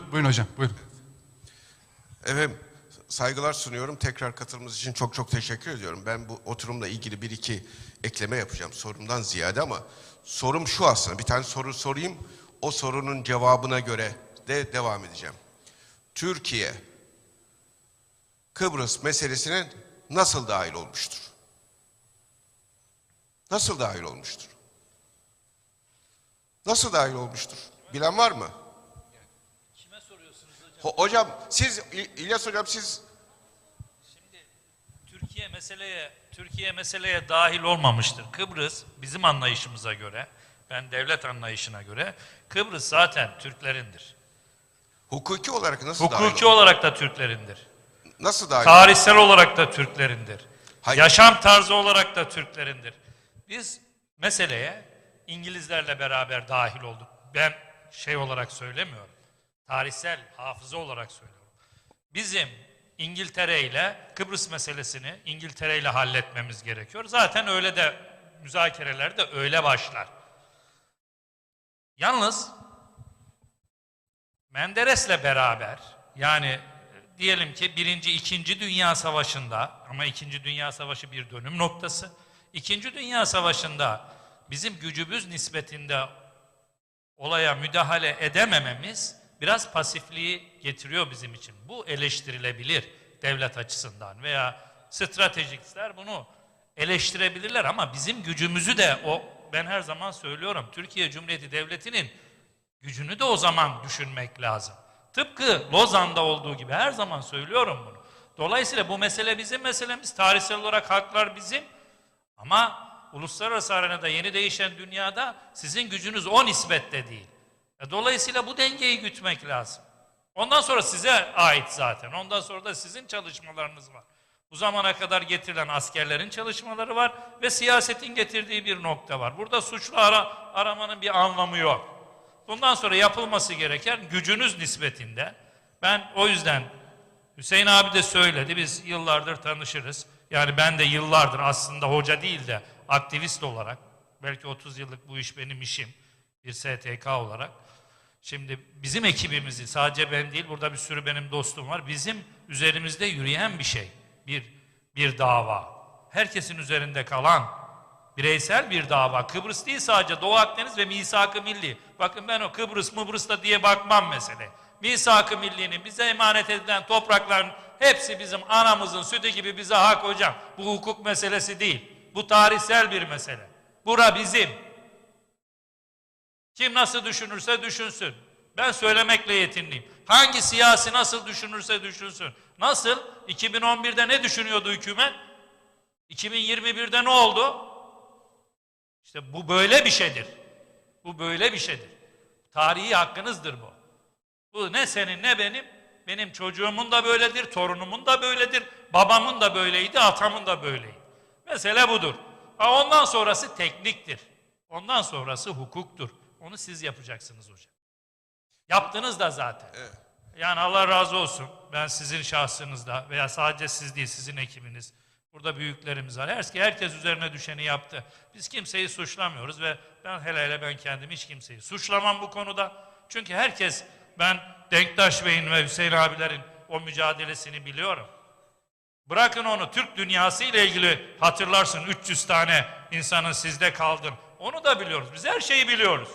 buyurun hocam, buyurun. Evet, saygılar sunuyorum. Tekrar katılımınız için çok çok teşekkür ediyorum. Ben bu oturumla ilgili bir iki ekleme yapacağım sorumdan ziyade, ama sorum şu aslında. Bir tane soru sorayım. O sorunun cevabına göre de devam edeceğim. Türkiye, Kıbrıs meselesine nasıl dahil olmuştur? Nasıl dahil olmuştur? Nasıl dahil olmuştur? Bilen var mı? Kime soruyorsunuz hocam? Hocam siz, İlyas hocam siz... Şimdi Türkiye meseleye dahil olmamıştır. Kıbrıs bizim anlayışımıza göre, ben devlet anlayışına göre Kıbrıs zaten Türklerindir. Hukuki olarak nasıl dahil Hukuki olmuş? olarak da Türklerindir. Nasıl dahil? Tarihsel olarak da Türklerindir. Hayır. Yaşam tarzı olarak da Türklerindir. Biz meseleye İngilizlerle beraber dahil olduk. Ben şey olarak söylemiyorum. Tarihsel hafıza olarak söylüyorum. Bizim İngiltere ile Kıbrıs meselesini İngiltere ile halletmemiz gerekiyor. Zaten öyle de müzakereler de öyle başlar. Yalnız Menderes'le beraber, yani diyelim ki 1. 2. Dünya Savaşı'nda, ama 2. Dünya Savaşı bir dönüm noktası. 2. Dünya Savaşı'nda bizim gücümüz nispetinde olaya müdahale edemememiz biraz pasifliği getiriyor bizim için. Bu eleştirilebilir devlet açısından veya stratejistler bunu eleştirebilirler, ama bizim gücümüzü de ben her zaman söylüyorum, Türkiye Cumhuriyeti Devleti'nin gücünü de o zaman düşünmek lazım. Tıpkı Lozan'da olduğu gibi, her zaman söylüyorum bunu. Dolayısıyla bu mesele bizim meselemiz, tarihsel olarak haklar bizim, ama uluslararası arenada, yeni değişen dünyada sizin gücünüz o nispette değil. Dolayısıyla bu dengeyi gütmek lazım. Ondan sonra size ait zaten. Ondan sonra da sizin çalışmalarınız var. Bu zamana kadar getirilen askerlerin çalışmaları var ve siyasetin getirdiği bir nokta var. Burada suçlu aramanın bir anlamı yok. Bundan sonra yapılması gereken gücünüz nispetinde. Ben o yüzden, Hüseyin abi de söyledi, biz yıllardır tanışırız. Yani ben de yıllardır aslında hoca değil de aktivist olarak, belki 30 yıllık bu iş benim işim, bir STK olarak. Şimdi bizim ekibimizi, sadece ben değil, burada bir sürü benim dostum var, bizim üzerimizde yürüyen bir şey, bir dava. Herkesin üzerinde kalan bireysel bir dava. Kıbrıs değil sadece, Doğu Akdeniz ve Misak-ı Milli. Bakın ben o Mıbrıs'ta diye bakmam mesele. Misak-ı Milli'nin bize emanet edilen toprakların hepsi bizim anamızın sütü gibi bize hak hocam. Bu hukuk meselesi değil. Bu tarihsel bir mesele. Bura bizim. Kim nasıl düşünürse düşünsün. Ben söylemekle yetinliyim. Hangi siyasi nasıl düşünürse düşünsün. Nasıl? 2011'de ne düşünüyordu hükümet? 2021'de ne oldu? İşte bu böyle bir şeydir. Bu böyle bir şeydir. Tarihi hakkınızdır bu. Bu ne senin ne benim. Benim çocuğumun da böyledir, torunumun da böyledir, babamın da böyleydi, atamın da böyleydi. Mesele budur. Ondan sonrası tekniktir. Ondan sonrası hukuktur. Onu siz yapacaksınız hocam. Yaptınız da zaten. Evet. Yani Allah razı olsun. Ben sizin şahsınızda veya sadece siz değil, sizin ekibiniz. Burada büyüklerimiz var. Herkes üzerine düşeni yaptı. Biz kimseyi suçlamıyoruz ve ben hele ben kendimi hiç kimseyi suçlamam bu konuda. Çünkü herkes, ben Denktaş Bey'in ve Hüseyin abilerin o mücadelesini biliyorum. Bırakın onu, Türk dünyası ile ilgili hatırlarsın 300 tane insanın sizde kaldın. Onu da biliyoruz. Biz her şeyi biliyoruz.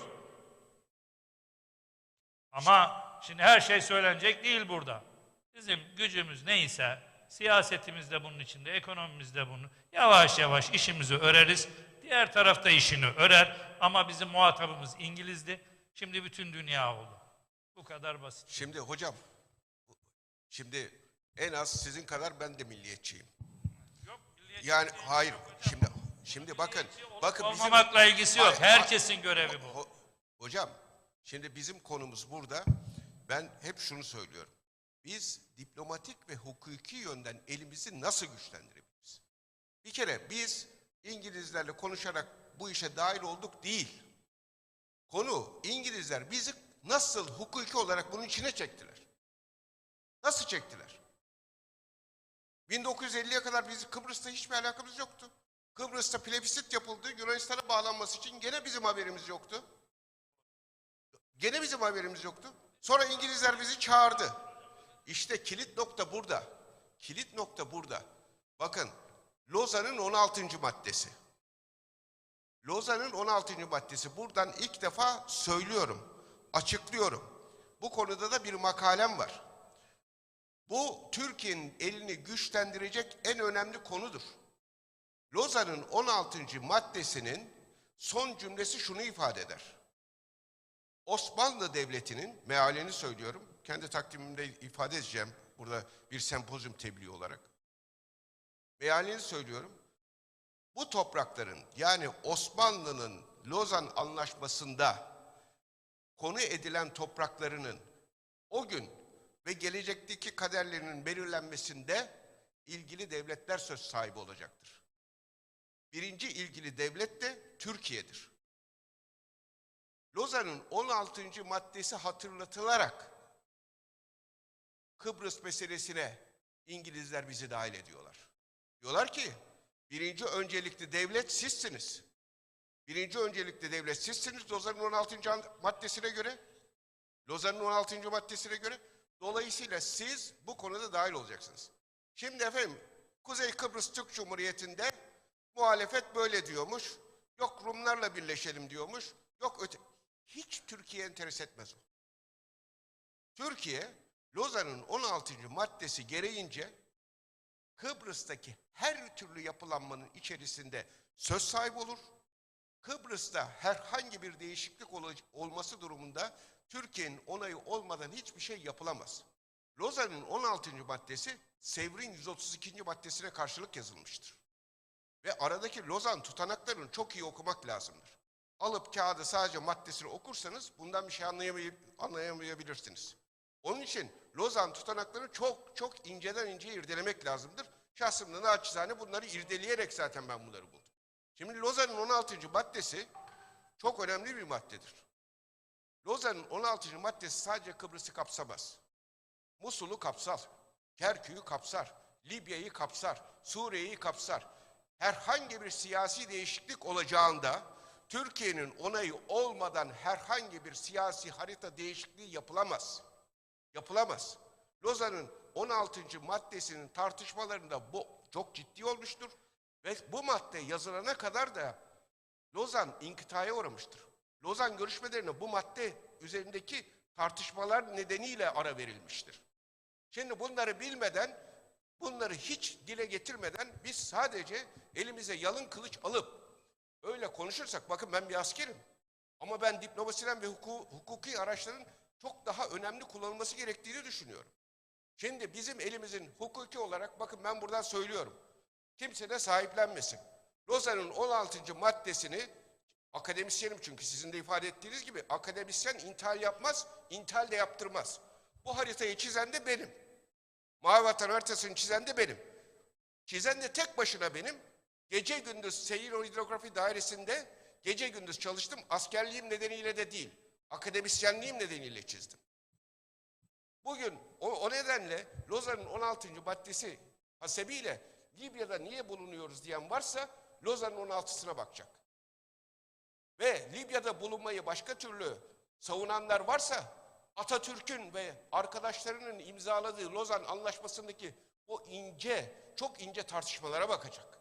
Ama şimdi her şey söylenecek değil burada. Bizim gücümüz neyse, siyasetimiz de bunun içinde, ekonomimiz de bunun. Yavaş yavaş işimizi öreriz. Diğer tarafta işini örer. Ama bizim muhatabımız İngiliz'di. Şimdi bütün dünya oldu. Bu kadar basit. Şimdi hocam, şimdi en az sizin kadar ben de milliyetçiyim. Yok, milliyetçi yani değil, hayır, hocam. şimdi bakın Olmamakla bizim, ilgisi yok. Herkesin görevi bu. Hocam, şimdi bizim konumuz burada. Ben hep şunu söylüyorum. Biz diplomatik ve hukuki yönden elimizi nasıl güçlendirebiliriz? Bir kere biz İngilizlerle konuşarak bu işe dahil olduk değil. Konu, İngilizler bizi nasıl hukuki olarak bunun içine çektiler? Nasıl çektiler? 1950'ye kadar bizim Kıbrıs'ta hiçbir alakamız yoktu. Kıbrıs'ta plebisit yapıldı, Yunanistan'a bağlanması için gene bizim haberimiz yoktu. Gene bizim haberimiz yoktu. Sonra İngilizler bizi çağırdı. İşte kilit nokta burada. Kilit nokta burada. Bakın, Lozan'ın 16. maddesi. Lozan'ın 16. maddesi. Buradan ilk defa söylüyorum, açıklıyorum. Bu konuda da bir makalem var. Bu Türkiye'nin elini güçlendirecek en önemli konudur. Lozan'ın 16. maddesinin son cümlesi şunu ifade eder. Osmanlı Devleti'nin, mealini söylüyorum, kendi takdimimde ifade edeceğim burada bir sempozyum tebliği olarak. Mealini söylüyorum. Bu toprakların, yani Osmanlı'nın Lozan Anlaşması'nda konu edilen topraklarının o gün ve gelecekteki kaderlerinin belirlenmesinde ilgili devletler söz sahibi olacaktır. Birinci ilgili devlet de Türkiye'dir. Lozan'ın 16. maddesi hatırlatılarak Kıbrıs meselesine İngilizler bizi dahil ediyorlar. Diyorlar ki birinci öncelikli devlet sizsiniz. Birinci öncelikli devlet sizsiniz Lozan'ın 16. maddesine göre. Lozan'ın 16. maddesine göre. Dolayısıyla siz bu konuda dahil olacaksınız. Şimdi efendim Kuzey Kıbrıs Türk Cumhuriyeti'nde muhalefet böyle diyormuş. Yok Rumlarla birleşelim diyormuş. Yok öte. Hiç Türkiye enteres etmez o. Türkiye Lozan'ın 16. maddesi gereğince Kıbrıs'taki her türlü yapılanmanın içerisinde söz sahibi olur. Kıbrıs'ta herhangi bir değişiklik olması durumunda Türkiye'nin onayı olmadan hiçbir şey yapılamaz. Lozan'ın 16. maddesi Sevr'in 132. maddesine karşılık yazılmıştır. Ve aradaki Lozan tutanaklarını çok iyi okumak lazımdır. Alıp kağıdı sadece maddesini okursanız bundan bir şey anlayamayabilirsiniz. Onun için Lozan tutanaklarını çok inceden inceye irdelemek lazımdır. Şahsımda naçizane bunları irdeleyerek zaten ben bunları buldum. Şimdi Lozan'ın 16. maddesi çok önemli bir maddedir. Lozan'ın 16. maddesi sadece Kıbrıs'ı kapsamaz. Musul'u kapsar, Kerkük'ü kapsar, Libya'yı kapsar, Suriye'yi kapsar. Herhangi bir siyasi değişiklik olacağında Türkiye'nin onayı olmadan herhangi bir siyasi harita değişikliği yapılamaz. Yapılamaz. Lozan'ın 16. maddesinin tartışmalarında bu çok ciddi olmuştur. Ve bu madde yazılana kadar da Lozan inkıtaya uğramıştır. Lozan görüşmelerine bu madde üzerindeki tartışmalar nedeniyle ara verilmiştir. Şimdi bunları bilmeden, bunları hiç dile getirmeden biz sadece elimize yalın kılıç alıp öyle konuşursak, bakın ben bir askerim ama ben diplomasiden ve hukuki araçların çok daha önemli kullanılması gerektiğini düşünüyorum. Şimdi bizim elimizin hukuki olarak, bakın ben buradan söylüyorum, kimse de sahiplenmesin. Lozan'ın 16. maddesini, akademisyenim çünkü sizin de ifade ettiğiniz gibi, akademisyen intihal yapmaz, intihal de yaptırmaz. Bu haritayı çizen de benim. Mavi Vatan haritasını çizen de benim. Çizen de tek başına benim. Gece gündüz Seyir Hidrografi Dairesi'nde gece gündüz çalıştım. Askerliğim nedeniyle de değil, akademisyenliğim nedeniyle çizdim. Bugün o nedenle Lozan'ın 16. maddesi hasebiyle Libya'da niye bulunuyoruz diyen varsa Lozan'ın 16'sına bakacak. Ve Libya'da bulunmayı başka türlü savunanlar varsa Atatürk'ün ve arkadaşlarının imzaladığı Lozan Anlaşması'ndaki o çok ince tartışmalara bakacak.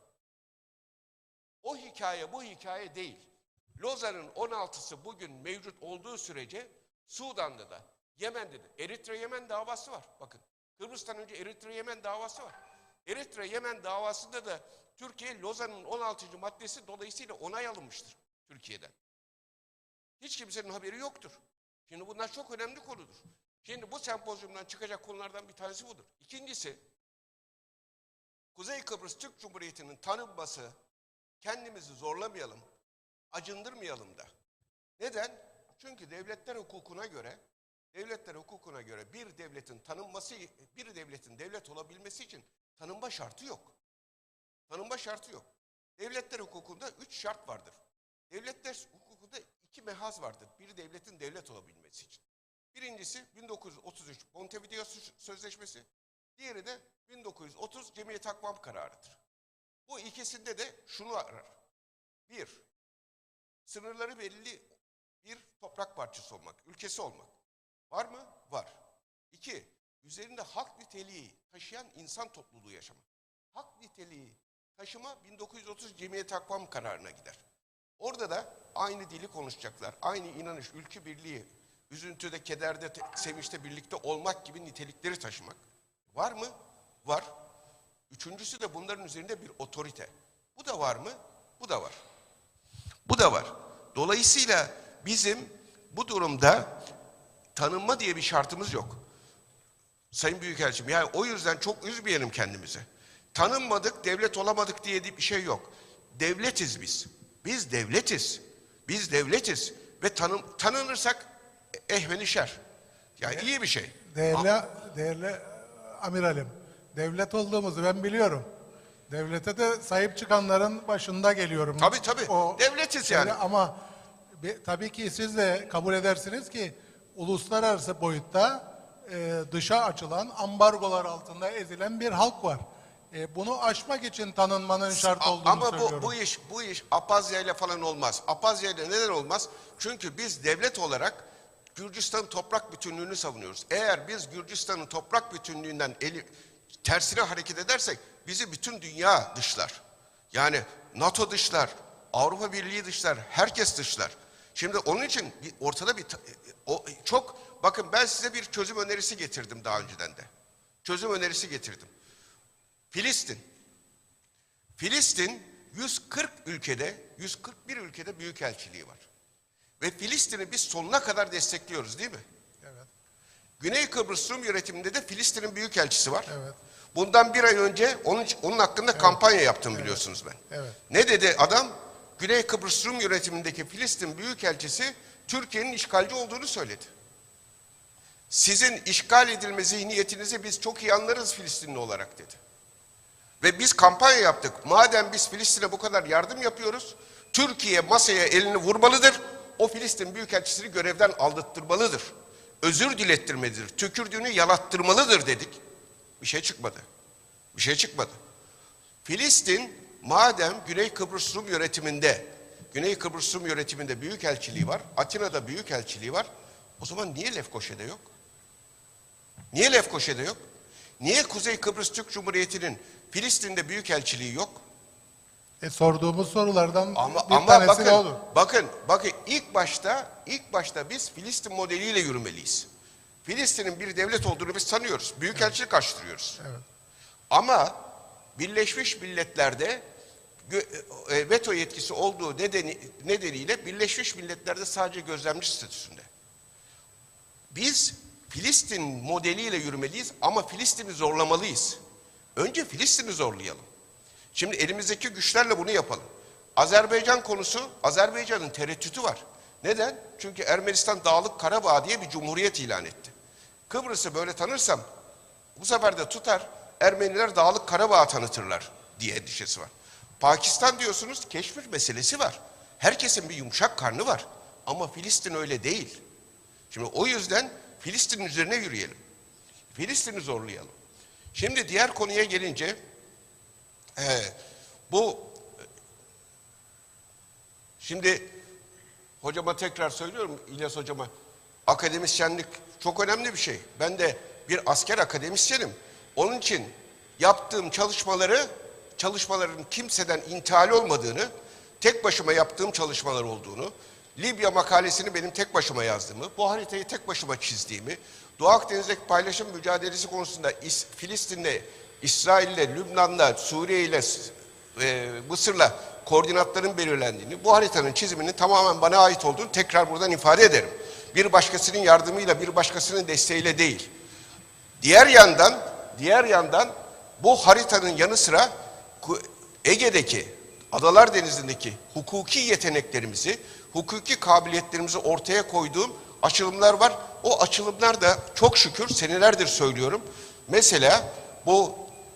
O hikaye bu hikaye değil. Lozan'ın 16'sı bugün mevcut olduğu sürece Sudan'da da, Yemen'de de, Eritre-Yemen davası var. Bakın, Kıbrıs'tan önce Eritre-Yemen davası var. Eritre-Yemen davasında da Türkiye Lozan'ın 16. maddesi dolayısıyla onay alınmıştır Türkiye'den. Hiç kimsenin haberi yoktur. Şimdi bunlar çok önemli konudur. Şimdi bu sempozyumdan çıkacak konulardan bir tanesi budur. İkincisi, Kuzey Kıbrıs Türk Cumhuriyeti'nin tanınması, kendimizi zorlamayalım, acındırmayalım da. Neden? Çünkü devletler hukukuna göre bir devletin tanınması, bir devletin devlet olabilmesi için tanınma şartı yok. Tanınma şartı yok. Devletler hukukunda 3 şart vardır. Devletler hukukunda 2 mehaz vardır. Bir devletin devlet olabilmesi için. Birincisi 1933 Montevideo Sözleşmesi, diğeri de 1930 Cemiyet Akvam Kararı'dır. Bu ikisinde de şunu arar. Bir, sınırları belli bir toprak parçası olmak, ülkesi olmak. Var mı? Var. 2. Üzerinde hak niteliği taşıyan insan topluluğu yaşamak. Hak niteliği taşıma 1930 Cemiyet Akvam kararına gider. Orada da aynı dili konuşacaklar. Aynı inanış, ülke birliği, üzüntüde, kederde, sevinçte birlikte olmak gibi nitelikleri taşımak. Var mı? Var. Üçüncüsü de bunların üzerinde bir otorite. Bu da var mı? Bu da var. Bu da var. Dolayısıyla bizim bu durumda tanınma diye bir şartımız yok. Sayın Büyükelçim, yani o yüzden çok üzmeyelim kendimizi. Tanınmadık, devlet olamadık diye bir şey yok. Devletiz biz. Biz devletiz. Biz devletiz. Ve tanınırsak ehvenişer. Yani iyi bir şey. Değerli amiralim, devlet olduğumuzu ben biliyorum. Devlete de sahip çıkanların başında geliyorum. Tabii. Devletiz yani. Ama tabii ki siz de kabul edersiniz ki uluslararası boyutta dışa açılan ambargolar altında ezilen bir halk var. Bunu aşmak için tanınmanın şart olduğunu ama söylüyorum. bu iş apazya ile falan olmaz. Apazya ile neden olmaz? Çünkü biz devlet olarak Gürcistan'ın toprak bütünlüğünü savunuyoruz. Eğer biz Gürcistan'ın toprak bütünlüğünden tersine hareket edersek bizi bütün dünya dışlar. Yani NATO dışlar, Avrupa Birliği dışlar, herkes dışlar. Şimdi onun için ortada bakın ben size bir çözüm önerisi getirdim daha önceden de. Çözüm önerisi getirdim. Filistin 141 ülkede büyükelçiliği var. Ve Filistin'i biz sonuna kadar destekliyoruz değil mi? Evet. Güney Kıbrıs Rum yönetiminde de Filistin'in büyükelçisi var. Evet. Bundan bir ay önce onun hakkında kampanya yaptım biliyorsunuz ben. Evet. Ne dedi adam? Güney Kıbrıs Rum yönetimindeki Filistin büyükelçisi Türkiye'nin işgalci olduğunu söyledi. Sizin işgal edilme zihniyetinizi biz çok iyi anlarız Filistinli olarak dedi. Ve biz kampanya yaptık. Madem biz Filistin'e bu kadar yardım yapıyoruz, Türkiye masaya elini vurmalıdır. O Filistin büyükelçisini görevden aldırtmalıdır. Özür dilettirmelidir. Tükürdüğünü yalattırmalıdır dedik. Bir şey çıkmadı. Filistin madem Güney Kıbrıs Rum yönetiminde büyükelçiliği var, Atina'da büyükelçiliği var. O zaman niye Lefkoşa'da yok? Niye Kuzey Kıbrıs Türk Cumhuriyeti'nin Filistin'de büyükelçiliği yok? Sorduğumuz sorulardan bir Ama tanesi de olur. bakın ilk başta biz Filistin modeliyle yürümeliyiz. Filistin'in bir devlet olduğunu biz tanıyoruz. Büyükelçilik açtırıyoruz. Evet. Ama Birleşmiş Milletler'de veto yetkisi olduğu nedeniyle Birleşmiş Milletler'de sadece gözlemci statüsünde. Biz Filistin modeliyle yürümeliyiz ama Filistin'i zorlamalıyız. Önce Filistin'i zorlayalım. Şimdi elimizdeki güçlerle bunu yapalım. Azerbaycan konusu, Azerbaycan'ın tereddütü var. Neden? Çünkü Ermenistan Dağlık Karabağ diye bir cumhuriyet ilan etti. Kıbrıs'ı böyle tanırsam bu sefer de tutar Ermeniler Dağlık Karabağ tanıtırlar diye endişesi var. Pakistan diyorsunuz, Keşmir meselesi var. Herkesin bir yumuşak karnı var. Ama Filistin öyle değil. Şimdi o yüzden Filistin'in üzerine yürüyelim. Filistin'i zorlayalım. Şimdi diğer konuya gelince şimdi hocama tekrar söylüyorum, İlyas hocama, akademisyenlik çok önemli bir şey. Ben de bir asker akademisyenim. Onun için yaptığım çalışmaların kimseden intihal olmadığını, tek başıma yaptığım çalışmalar olduğunu, Libya makalesini benim tek başıma yazdığımı, bu haritayı tek başıma çizdiğimi, Doğu Akdeniz'deki paylaşım mücadelesi konusunda Filistin'le, İsrail'le, Lübnan'la, Suriye'yle, Mısır'la koordinatların belirlendiğini, bu haritanın çiziminin tamamen bana ait olduğunu tekrar buradan ifade ederim. Bir başkasının yardımıyla, bir başkasının desteğiyle değil. Diğer yandan bu haritanın yanı sıra Ege'deki, Adalar Denizi'ndeki hukuki yeteneklerimizi, hukuki kabiliyetlerimizi ortaya koyduğum açılımlar var. O açılımlar da çok şükür senelerdir söylüyorum. Mesela bu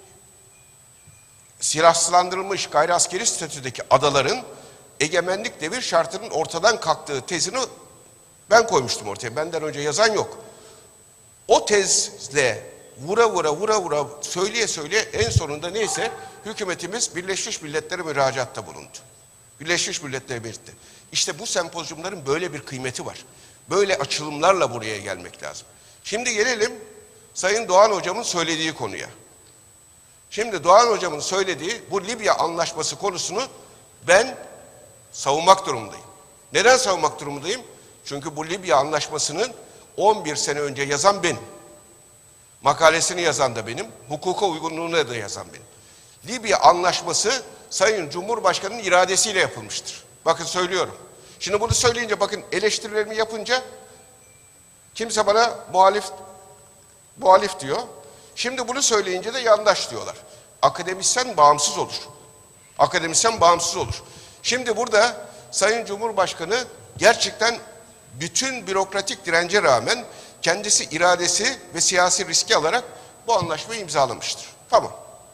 silahsızlandırılmış gayri askeri statüdeki adaların egemenlik devir şartının ortadan kalktığı tezini ben koymuştum ortaya. Benden önce yazan yok. O tezle vura söyleye en sonunda neyse hükümetimiz Birleşmiş Milletler'e müracaatta bulundu. Birleşmiş Milletler'e belirtti. İşte bu sempozyumların böyle bir kıymeti var. Böyle açılımlarla buraya gelmek lazım. Şimdi gelelim Sayın Doğan Hocam'ın söylediği konuya. Şimdi Doğan Hocam'ın söylediği bu Libya anlaşması konusunu ben savunmak durumundayım. Neden savunmak durumundayım? Çünkü bu Libya anlaşmasının 11 sene önce yazan benim. Makalesini yazan da benim. Hukuka uygunluğunu da yazan benim. Libya anlaşması Sayın Cumhurbaşkanı'nın iradesiyle yapılmıştır. Bakın söylüyorum. Şimdi bunu söyleyince bakın eleştirilerimi yapınca kimse bana muhalif diyor. Şimdi bunu söyleyince de yandaş diyorlar. Akademisyen bağımsız olur. Akademisyen bağımsız olur. Şimdi burada Sayın Cumhurbaşkanı gerçekten bütün bürokratik dirence rağmen kendisi iradesi ve siyasi riski alarak bu anlaşmayı imzalamıştır. Tamam.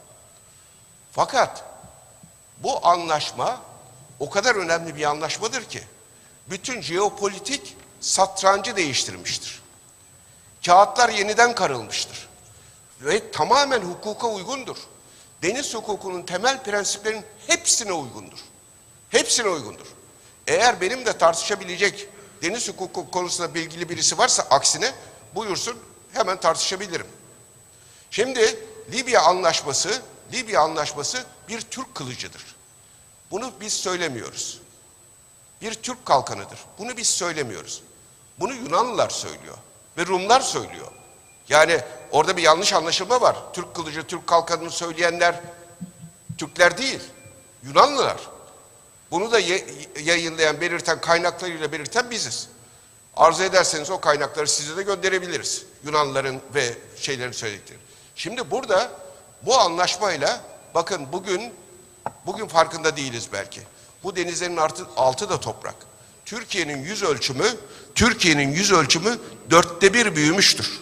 Fakat bu anlaşma o kadar önemli bir anlaşmadır ki bütün jeopolitik satrancı değiştirmiştir. Kağıtlar yeniden karılmıştır. Ve tamamen hukuka uygundur. Deniz hukukunun temel prensiplerinin hepsine uygundur. Hepsine uygundur. Eğer benim de tartışabilecek deniz hukuku konusunda bilgili birisi varsa aksine buyursun, hemen tartışabilirim. Şimdi Libya anlaşması bir Türk kılıcıdır. Bunu biz söylemiyoruz. Bir Türk kalkanıdır. Bunu biz söylemiyoruz. Bunu Yunanlılar söylüyor ve Rumlar söylüyor. Yani orada bir yanlış anlaşılma var. Türk kılıcı, Türk kalkanını söyleyenler Türkler değil, Yunanlılar. Bunu da yayınlayan, belirten, kaynaklarıyla belirten biziz. Arzu ederseniz o kaynakları size de gönderebiliriz. Yunanlıların ve şeylerin söyledikleri. Şimdi burada bu anlaşmayla bakın bugün farkında değiliz belki. Bu denizlerin altı da toprak. Türkiye'nin yüz ölçümü 1/4 büyümüştür.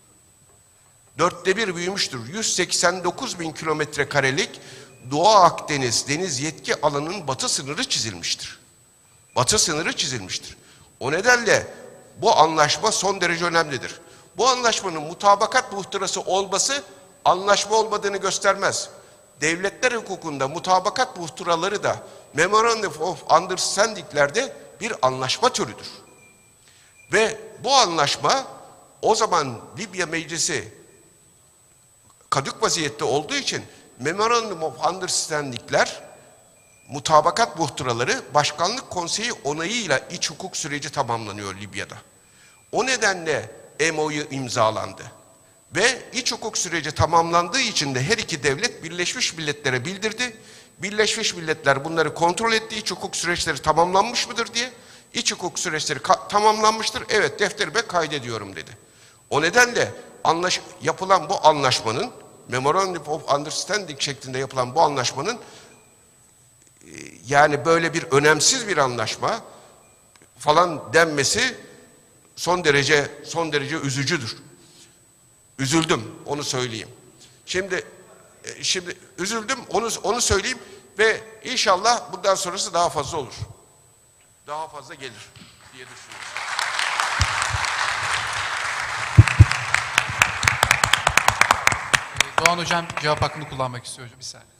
1/4 büyümüştür. 189 bin kilometre karelik Doğu Akdeniz deniz yetki alanının batı sınırı çizilmiştir. Batı sınırı çizilmiştir. O nedenle bu anlaşma son derece önemlidir. Bu anlaşmanın mutabakat muhtırası olması anlaşma olmadığını göstermez. Devletler hukukunda mutabakat muhtıraları da Memorandum of Understanding'lerde bir anlaşma türüdür. Ve bu anlaşma o zaman Libya Meclisi kadük vaziyette olduğu için Memorandum of Understanding'ler, mutabakat muhtıraları Başkanlık Konseyi onayıyla iç hukuk süreci tamamlanıyor Libya'da. O nedenle MOU imzalandı. Ve iç hukuk süreci tamamlandığı için de her iki devlet Birleşmiş Milletler'e bildirdi. Birleşmiş Milletler bunları kontrol etti. İç hukuk süreçleri tamamlanmış mıdır diye. İç hukuk süreçleri tamamlanmıştır. Evet, defterime kaydediyorum dedi. O nedenle yapılan bu anlaşmanın, Memorandum of Understanding şeklinde yapılan bu anlaşmanın yani böyle bir önemsiz bir anlaşma falan denmesi son derece üzücüdür. Üzüldüm, onu söyleyeyim. Şimdi üzüldüm, onu söyleyeyim ve inşallah bundan sonrası daha fazla olur. Daha fazla gelir diye düşünüyorum. Doğan Hocam cevap hakkını kullanmak istiyor hocam. Bir saniye.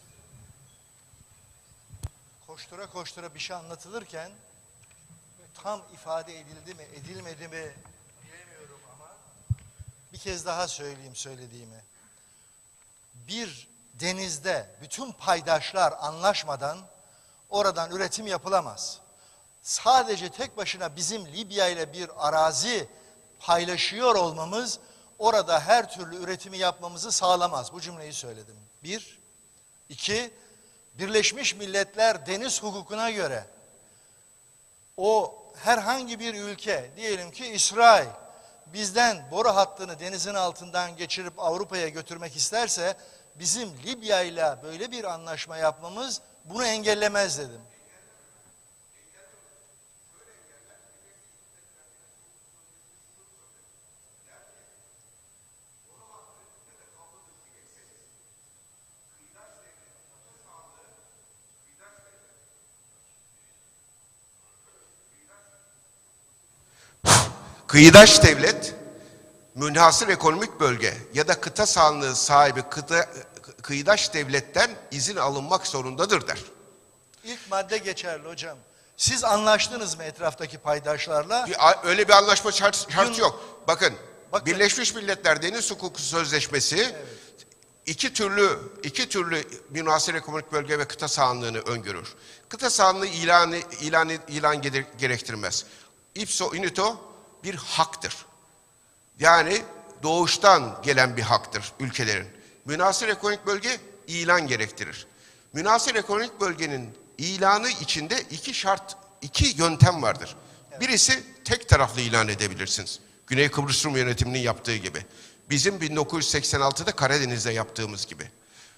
Koştura koştura bir şey anlatılırken tam ifade edildi mi, edilmedi mi bilemiyorum ama bir kez daha söyleyeyim söylediğimi. Bir denizde bütün paydaşlar anlaşmadan oradan üretim yapılamaz. Sadece tek başına bizim Libya ile bir arazi paylaşıyor olmamız orada her türlü üretimi yapmamızı sağlamaz. Bu cümleyi söyledim. Bir. İki, Birleşmiş Milletler deniz hukukuna göre o herhangi bir ülke, diyelim ki İsrail, bizden boru hattını denizin altından geçirip Avrupa'ya götürmek isterse bizim Libya ile böyle bir anlaşma yapmamız bunu engellemez dedim. Kıyıdaş devlet, münhasır ekonomik bölge ya da kıta sahanlığı sahibi kıyıdaş devletten izin alınmak zorundadır der. İlk madde geçerli hocam. Siz anlaştınız mı etraftaki paydaşlarla? Öyle bir anlaşma şartı yok. Bakın, Bakın. Birleşmiş Milletler Deniz Hukuku Sözleşmesi iki türlü münhasır ekonomik bölge ve kıta sahanlığını öngörür. Kıta sahanlığı ilan gerektirmez. Ipso unito bir haktır. Yani doğuştan gelen bir haktır ülkelerin. Münhasır ekonomik bölge ilan gerektirir. Münhasır ekonomik bölgenin ilanı içinde iki yöntem vardır. Birisi tek taraflı ilan edebilirsiniz. Güney Kıbrıs Rum yönetiminin yaptığı gibi. Bizim 1986'da Karadeniz'de yaptığımız gibi.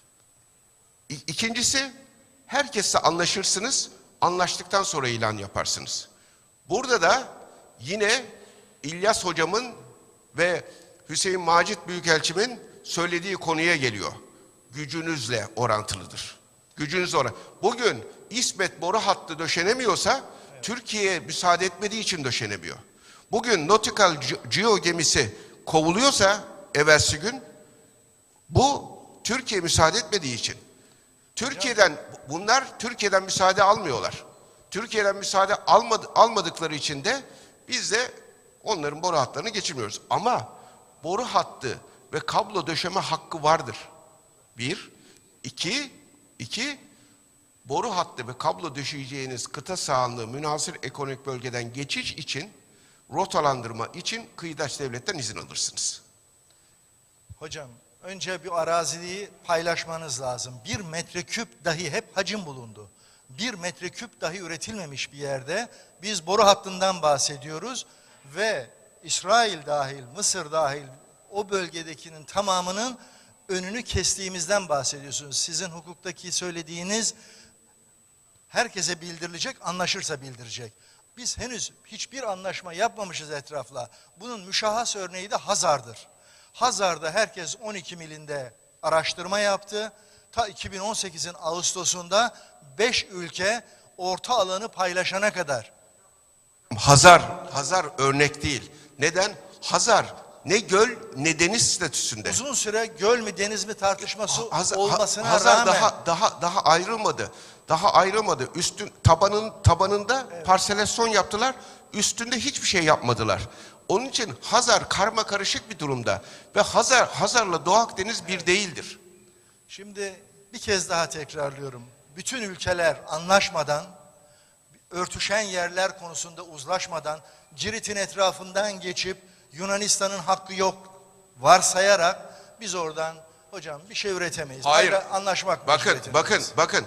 İkincisi, herkesle anlaşırsınız, anlaştıktan sonra ilan yaparsınız. Burada da yine İlyas hocamın ve Hüseyin Macit Büyükelçimin söylediği konuya geliyor. Gücünüzle orantılıdır. Gücünüz Bugün İsmet boru hattı döşenemiyorsa Türkiye'ye müsaade etmediği için döşenemiyor. Bugün Nautical Geo gemisi kovuluyorsa evvelsi gün bu Türkiye müsaade etmediği için. Bunlar Türkiye'den müsaade almıyorlar. Türkiye'den müsaade almadıkları için de biz de onların boru hatlarını geçirmiyoruz. Ama boru hattı ve kablo döşeme hakkı vardır. Bir. İki, boru hattı ve kablo döşeyeceğiniz kıta sahanlığı münhasır ekonomik bölgeden geçiş için, rotalandırma için kıyıdaş devletten izin alırsınız. Hocam, önce bir araziyi paylaşmanız lazım. 1 metreküp dahi hep hacim bulundu. 1 metreküp dahi üretilmemiş bir yerde biz boru hattından bahsediyoruz ve İsrail dahil, Mısır dahil o bölgedekinin tamamının önünü kestiğimizden bahsediyorsunuz. Sizin hukuktaki söylediğiniz herkese bildirilecek, anlaşırsa bildirecek. Biz henüz hiçbir anlaşma yapmamışız etrafla. Bunun müşahhas örneği de Hazar'dır. Hazar'da herkes 12 milinde araştırma yaptı. Ta 2018'in Ağustos'unda 5 ülke orta alanı paylaşana kadar. Hazar örnek değil. Neden? Hazar ne göl ne deniz statüsünde. Uzun süre göl mü deniz mi tartışması olmasına Hazar rağmen daha ayrılmadı. Daha ayrılmadı. Tabanında parselasyon yaptılar. Üstünde hiçbir şey yapmadılar. Onun için Hazar karma karışık bir durumda ve Hazar'la Doğu Akdeniz bir değildir. Şimdi bir kez daha tekrarlıyorum. Bütün ülkeler anlaşmadan, örtüşen yerler konusunda uzlaşmadan, Cirit'in etrafından geçip Yunanistan'ın hakkı yok varsayarak biz oradan hocam bir şey üretemeyiz. Hayır. Anlaşmak Bakın.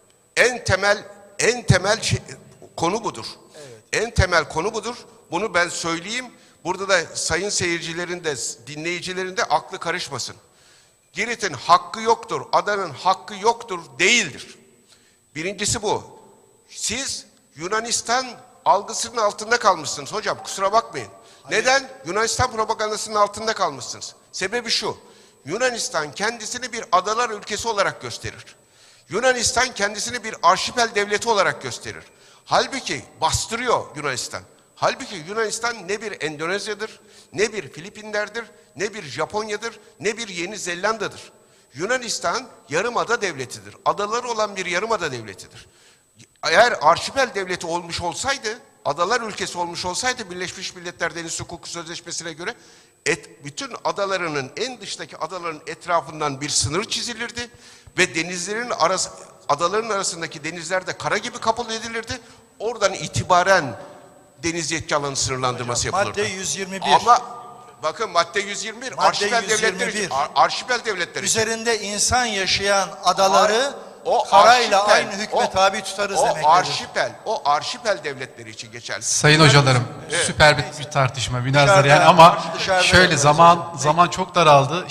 En temel konu budur. Evet. En temel konu budur. Bunu ben söyleyeyim. Burada da sayın seyircilerin de dinleyicilerin de aklı karışmasın. Girit'in hakkı yoktur, adanın hakkı yoktur değildir. Birincisi bu. Siz Yunanistan algısının altında kalmışsınız hocam, kusura bakmayın. Hayır. Neden? Yunanistan propagandasının altında kalmışsınız. Sebebi şu. Yunanistan kendisini bir adalar ülkesi olarak gösterir. Yunanistan kendisini bir arşipel devleti olarak gösterir. Halbuki bastırıyor Yunanistan. Halbuki Yunanistan ne bir Endonezya'dır, ne bir Filipinler'dir, ne bir Japonya'dır, ne bir Yeni Zelanda'dır. Yunanistan yarımada devletidir. Adaları olan bir yarımada devletidir. Eğer arşipel devleti olmuş olsaydı, adalar ülkesi olmuş olsaydı Birleşmiş Milletler Deniz Hukuku Sözleşmesi'ne göre bütün adalarının, en dıştaki adaların etrafından bir sınır çizilirdi ve adaların arasındaki denizler de kara gibi kapalı edilirdi. Oradan itibaren deniz yetki alanı sınırlandırması yapılırdı. Madde 121. Ama bakın madde 121 Madde arşipel 121. devletleri, arşipel devletleri. Üzerinde insan yaşayan adaları o karayla arşipel, aynı hükme tabi tutarız demektedir. O arşipel devletleri için geçerli. Sayın hocalarım, süper bir tartışma, münazara Dışarıda, yani ama dışarıda şöyle zaman çok daraldı.